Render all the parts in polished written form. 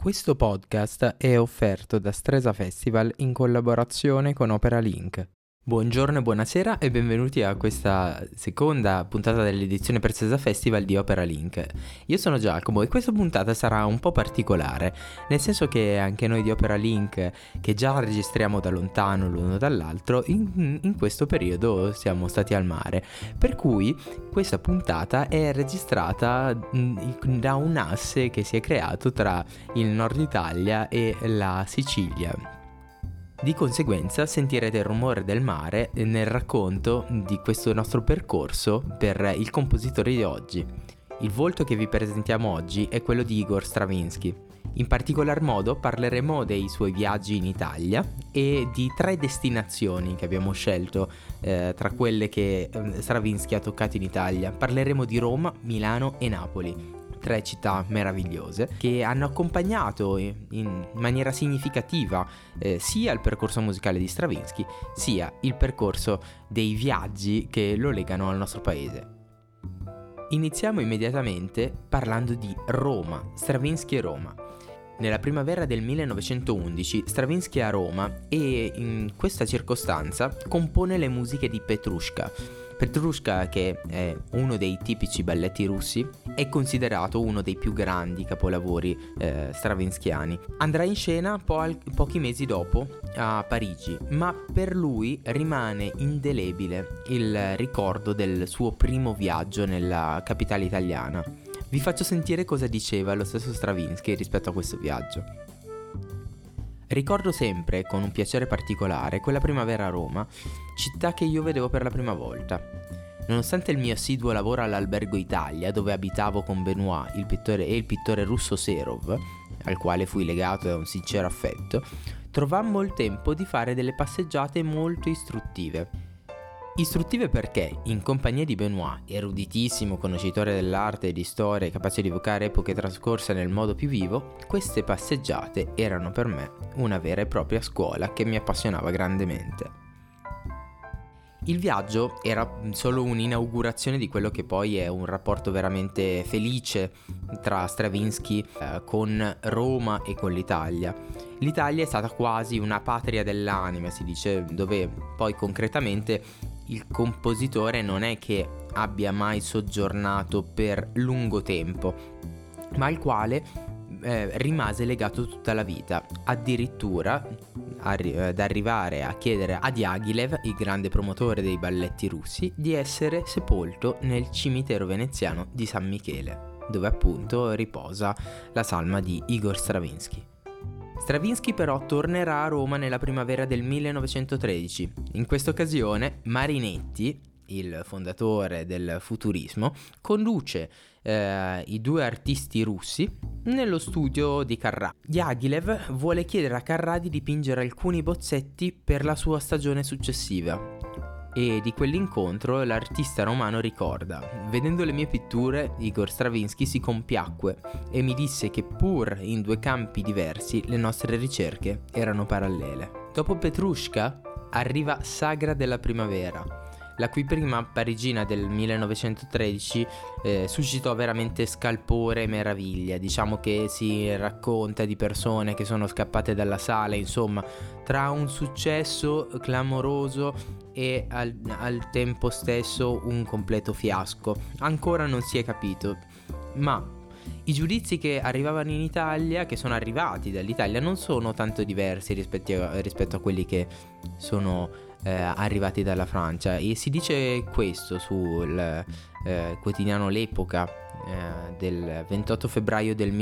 Questo podcast è offerto da Stresa Festival in collaborazione con Opera Link. Buongiorno e buonasera e benvenuti a questa seconda puntata dell'edizione per Stresa Festival di Opera Link. Io sono Giacomo e questa puntata sarà un po' particolare, nel senso che anche noi di Opera Link, che già registriamo da lontano l'uno dall'altro, in questo periodo siamo stati al mare, per cui questa puntata è registrata da un asse che si è creato tra il nord Italia e la Sicilia. Di conseguenza sentirete il rumore del mare nel racconto di questo nostro percorso per il compositore di oggi. Il volto che vi presentiamo oggi è quello di Igor Stravinsky. In particolar modo parleremo dei suoi viaggi in Italia e di 3 destinazioni che abbiamo scelto tra quelle che Stravinsky ha toccato in Italia. Parleremo di Roma, Milano e Napoli. 3 città meravigliose che hanno accompagnato in maniera significativa sia il percorso musicale di Stravinsky sia il percorso dei viaggi che lo legano al nostro paese. Iniziamo immediatamente parlando di Roma, Stravinsky e Roma. Nella primavera del 1911 Stravinsky è a Roma e in questa circostanza compone le musiche di Petrushka. Petrushka, che è uno dei tipici balletti russi, è considerato uno dei più grandi capolavori stravinskiani. Andrà in scena pochi mesi dopo a Parigi, ma per lui rimane indelebile il ricordo del suo primo viaggio nella capitale italiana. Vi faccio sentire cosa diceva lo stesso Stravinsky rispetto a questo viaggio. Ricordo sempre, con un piacere particolare, quella primavera a Roma, città che io vedevo per la prima volta. Nonostante il mio assiduo lavoro all'Albergo Italia, dove abitavo con Benoît, il pittore russo Serov, al quale fui legato da un sincero affetto, trovammo il tempo di fare delle passeggiate molto istruttive. Istruttive perché, in compagnia di Benoît, eruditissimo conoscitore dell'arte e di storia, capace di evocare epoche trascorse nel modo più vivo, queste passeggiate erano per me una vera e propria scuola che mi appassionava grandemente. Il viaggio era solo un'inaugurazione di quello che poi è un rapporto veramente felice tra Stravinsky con Roma e con l'Italia. L'Italia è stata quasi una patria dell'anima, si dice, dove poi concretamente il compositore non è che abbia mai soggiornato per lungo tempo, ma al quale rimase legato tutta la vita, addirittura ad arrivare a chiedere a Diaghilev, il grande promotore dei balletti russi, di essere sepolto nel cimitero veneziano di San Michele, dove appunto riposa la salma di Igor Stravinsky. Stravinsky però tornerà a Roma nella primavera del 1913. In questa occasione Marinetti, il fondatore del futurismo, conduce i 2 artisti russi nello studio di Carrà. Diaghilev vuole chiedere a Carrà di dipingere alcuni bozzetti per la sua stagione successiva. E di quell'incontro l'artista romano ricorda: vedendo le mie pitture, Igor Stravinsky si compiacque e mi disse che pur in 2 campi diversi le nostre ricerche erano parallele. Dopo Petrushka arriva Sagra della primavera, la cui prima parigina del 1913 suscitò veramente scalpore e meraviglia. Diciamo che si racconta di persone che sono scappate dalla sala, insomma, tra un successo clamoroso e al tempo stesso un completo fiasco. Ancora non si è capito, ma i giudizi che arrivavano in Italia, che sono arrivati dall'Italia, non sono tanto diversi rispetto a quelli che sono arrivati dalla Francia, e si dice questo sul quotidiano L'Epoca del 28 febbraio del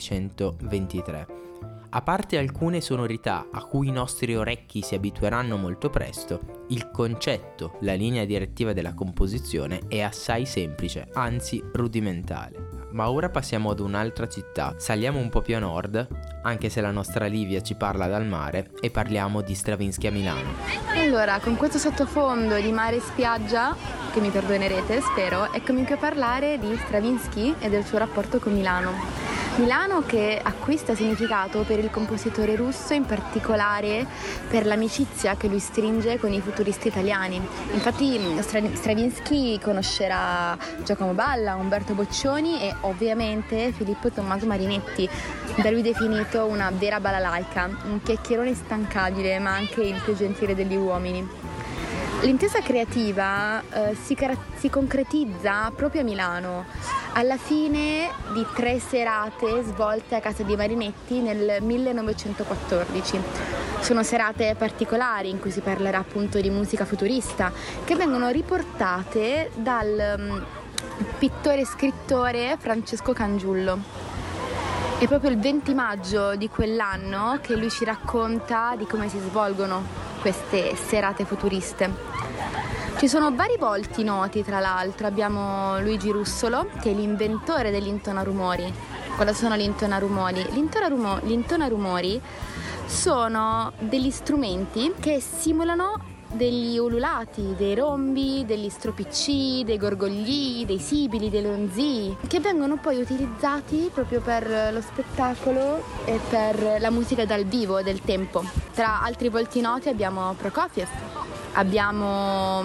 1923. A parte alcune sonorità a cui i nostri orecchi si abitueranno molto presto, il concetto, la linea direttiva della composizione è assai semplice, anzi rudimentale. Ma ora passiamo ad un'altra città, saliamo un po' più a nord, anche se la nostra Livia ci parla dal mare, e parliamo di Stravinsky a Milano. Allora, con questo sottofondo di mare e spiaggia, che mi perdonerete, spero, eccomi qui a parlare di Stravinsky e del suo rapporto con Milano. Milano che acquista significato per il compositore russo, in particolare per l'amicizia che lui stringe con i futuristi italiani. Infatti Stravinsky conoscerà Giacomo Balla, Umberto Boccioni e ovviamente Filippo Tommaso Marinetti, da lui definito una vera balalaica, un chiacchierone instancabile ma anche il più gentile degli uomini. L'intesa creativa si concretizza proprio a Milano, alla fine di 3 serate svolte a casa di Marinetti nel 1914. Sono serate particolari in cui si parlerà appunto di musica futurista, che vengono riportate dal pittore e scrittore Francesco Cangiullo. È proprio il 20 maggio di quell'anno che lui ci racconta di come si svolgono queste serate futuriste. Ci sono vari volti noti, tra l'altro. Abbiamo Luigi Russolo, che è l'inventore dell'intonarumori. Cosa sono gli intonarumori? Gli intonarumori sono degli strumenti che simulano degli ululati, dei rombi, degli stropiccii, dei gorgogli, dei sibili, dei lonzii, che vengono poi utilizzati proprio per lo spettacolo e per la musica dal vivo del tempo. Tra altri volti noti abbiamo Prokofiev, abbiamo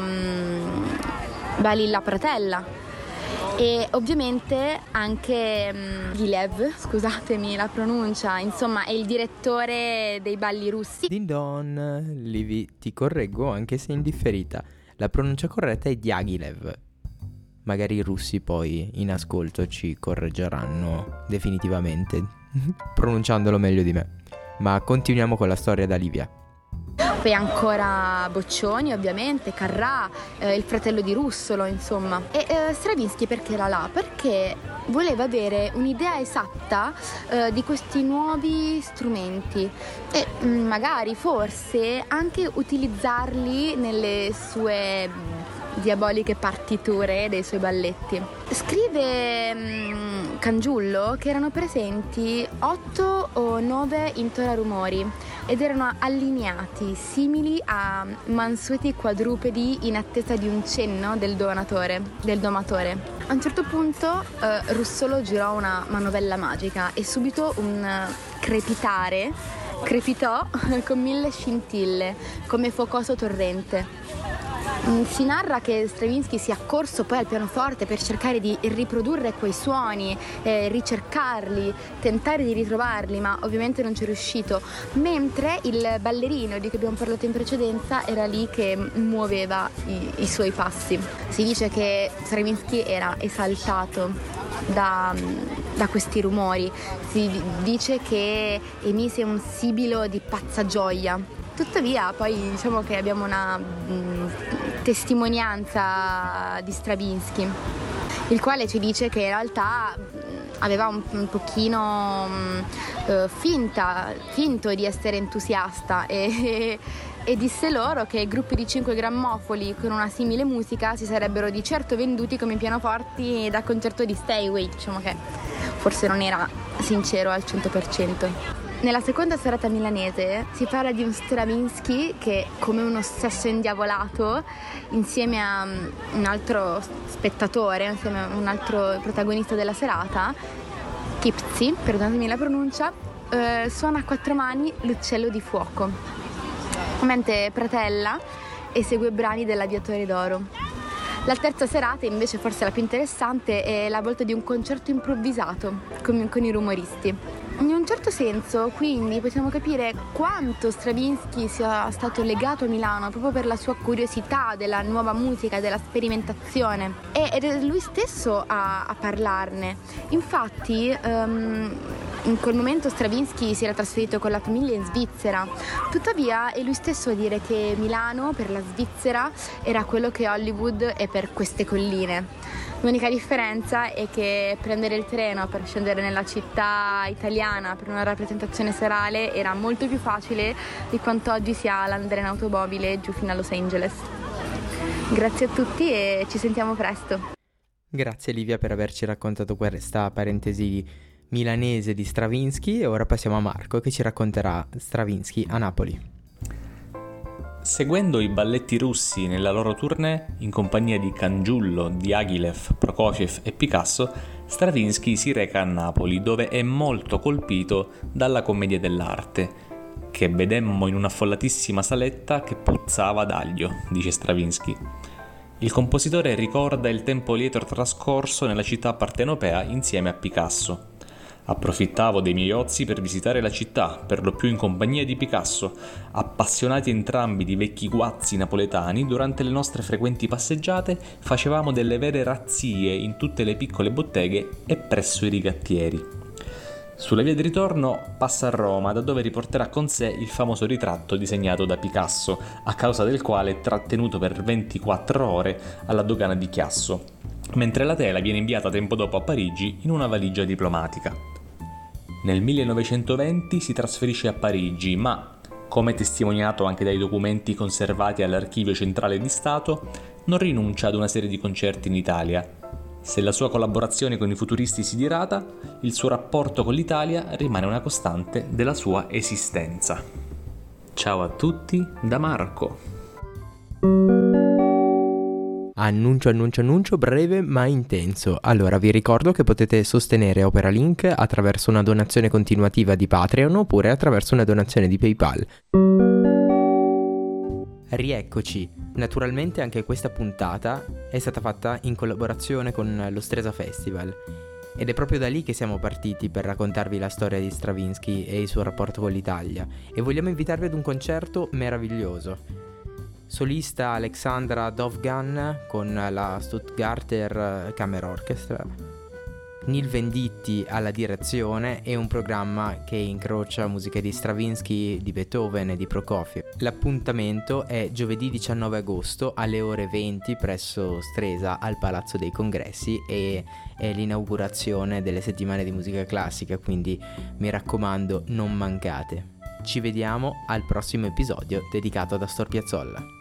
Balilla Pratella e ovviamente anche Gilev, scusatemi la pronuncia, insomma è il direttore dei balli russi. Din don, Livi, ti correggo anche se indifferita. La pronuncia corretta è Diaghilev. Magari i russi poi in ascolto ci correggeranno definitivamente, pronunciandolo meglio di me. Ma continuiamo con la storia da Livia. Poi ancora Boccioni, ovviamente, Carrà, il fratello di Russolo, insomma. E Stravinsky perché era là? Perché voleva avere un'idea esatta di questi nuovi strumenti e magari, forse, anche utilizzarli nelle sue diaboliche partiture dei suoi balletti. Scrive Cangiullo che erano presenti 8 o 9 intonarumori ed erano allineati simili a mansueti quadrupedi in attesa di un cenno del domatore. A un certo punto Russolo girò una manovella magica e subito un crepitò con 1000 scintille come focoso torrente. Si narra che Stravinsky sia accorso poi al pianoforte per cercare di riprodurre quei suoni, ricercarli, tentare di ritrovarli, ma ovviamente non ci è riuscito, mentre il ballerino di cui abbiamo parlato in precedenza era lì che muoveva i suoi passi. Si dice che Stravinsky era esaltato da questi rumori, si dice che emise un sibilo di pazza gioia. Tuttavia poi diciamo che abbiamo una testimonianza di Stravinsky, il quale ci dice che in realtà aveva un pochino finto di essere entusiasta e disse loro che gruppi di 5 grammofoni con una simile musica si sarebbero di certo venduti come pianoforti da concerto di Steinway. Diciamo che forse non era sincero al 100%. Nella seconda serata milanese si parla di un Stravinsky che, come un ossesso indiavolato, insieme a un altro spettatore, insieme a un altro protagonista della serata, Kipzi, perdonatemi la pronuncia, suona a 4 mani l'Uccello di fuoco, mentre Pratella esegue brani dell'Aviatore d'Oro. La terza serata, invece forse la più interessante, è la volta di un concerto improvvisato con i rumoristi. In un certo senso, quindi, possiamo capire quanto Stravinsky sia stato legato a Milano proprio per la sua curiosità della nuova musica, della sperimentazione, ed è lui stesso a parlarne. Infatti, in quel momento Stravinsky si era trasferito con la famiglia in Svizzera, tuttavia è lui stesso a dire che Milano per la Svizzera era quello che Hollywood è per queste colline. L'unica differenza è che prendere il treno per scendere nella città italiana per una rappresentazione serale era molto più facile di quanto oggi sia l'andare in automobile giù fino a Los Angeles. Grazie a tutti e ci sentiamo presto. Grazie Livia per averci raccontato questa parentesi milanese di Stravinsky e ora passiamo a Marco che ci racconterà Stravinsky a Napoli. Seguendo i balletti russi nella loro tournée, in compagnia di Cangiullo, Diaghilev, Prokofiev e Picasso, Stravinsky si reca a Napoli, dove è molto colpito dalla commedia dell'arte, che vedemmo in un'affollatissima saletta che puzzava d'aglio, dice Stravinsky. Il compositore ricorda il tempo lieto trascorso nella città partenopea insieme a Picasso. Approfittavo dei miei ozi per visitare la città, per lo più in compagnia di Picasso, appassionati entrambi di vecchi guazzi napoletani. Durante le nostre frequenti passeggiate facevamo delle vere razzie in tutte le piccole botteghe e presso i rigattieri. Sulla via di ritorno passa a Roma, da dove riporterà con sé il famoso ritratto disegnato da Picasso, a causa del quale è trattenuto per 24 ore alla dogana di Chiasso, mentre la tela viene inviata tempo dopo a Parigi in una valigia diplomatica. Nel 1920 si trasferisce a Parigi, ma, come testimoniato anche dai documenti conservati all'Archivio Centrale di Stato, non rinuncia ad una serie di concerti in Italia. Se la sua collaborazione con i futuristi si dirada, il suo rapporto con l'Italia rimane una costante della sua esistenza. Ciao a tutti da Marco. Annuncio breve ma intenso. Allora, vi ricordo che potete sostenere Opera Link attraverso una donazione continuativa di Patreon oppure attraverso una donazione di PayPal. Rieccoci. Naturalmente anche questa puntata è stata fatta in collaborazione con lo Stresa Festival ed è proprio da lì che siamo partiti per raccontarvi la storia di Stravinsky e il suo rapporto con l'Italia, e vogliamo invitarvi ad un concerto meraviglioso. Solista Alexandra Dovgan con la Stuttgarter Kammerorchestra, Neil Venditti alla direzione e un programma che incrocia musiche di Stravinsky, di Beethoven e di Prokofiev. L'appuntamento è giovedì 19 agosto alle ore 20 presso Stresa al Palazzo dei Congressi e è l'inaugurazione delle settimane di musica classica, quindi mi raccomando non mancate. Ci vediamo al prossimo episodio dedicato ad Astor Piazzolla.